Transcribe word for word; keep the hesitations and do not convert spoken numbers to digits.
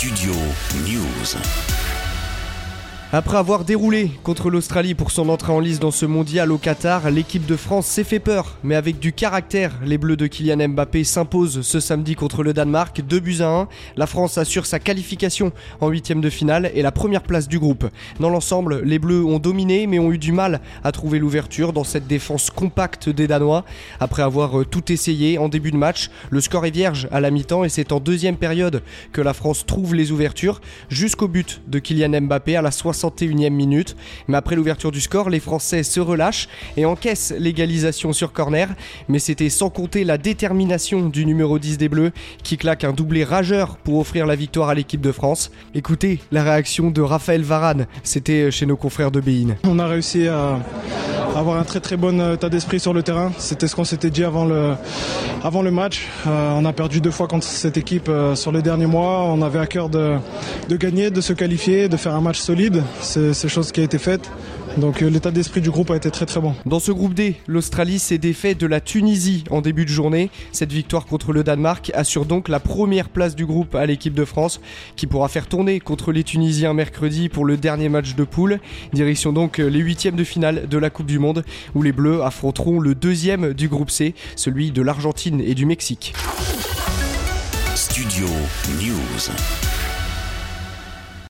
Studio News. Après avoir déroulé contre l'Australie pour son entrée en lice dans ce mondial au Qatar, l'équipe de France s'est fait peur, mais avec du caractère. Les Bleus de Kylian Mbappé s'imposent ce samedi contre le Danemark, deux buts à un. La France assure sa qualification en huitième de finale et la première place du groupe. Dans l'ensemble, les Bleus ont dominé, mais ont eu du mal à trouver l'ouverture dans cette défense compacte des Danois. Après avoir tout essayé en début de match, le score est vierge à la mi-temps et c'est en deuxième période que la France trouve les ouvertures, jusqu'au but de Kylian Mbappé à la soixante et unième minute. Mais après l'ouverture du score, les Français se relâchent et encaissent l'égalisation sur corner. Mais c'était sans compter la détermination du numéro dix des Bleus qui claque un doublé rageur pour offrir la victoire à l'équipe de France. Écoutez la réaction de Raphaël Varane, c'était chez nos confrères de Bein. On a réussi à avoir un très très bon état d'esprit sur le terrain. C'était ce qu'on s'était dit avant le, avant le match. Euh, on a perdu deux fois contre cette équipe euh, sur les derniers mois. On avait à cœur de, de gagner, de se qualifier, de faire un match solide. C'est, c'est chose qui a été faite. Donc euh, l'état d'esprit du groupe a été très très bon. Dans ce groupe D, l'Australie s'est défait de la Tunisie en début de journée. Cette victoire contre le Danemark assure donc la première place du groupe à l'équipe de France qui pourra faire tourner contre les Tunisiens mercredi pour le dernier match de poule. Direction donc les huitièmes de finale de la Coupe du Monde où les Bleus affronteront le deuxième du groupe C, celui de l'Argentine et du Mexique. Studio News.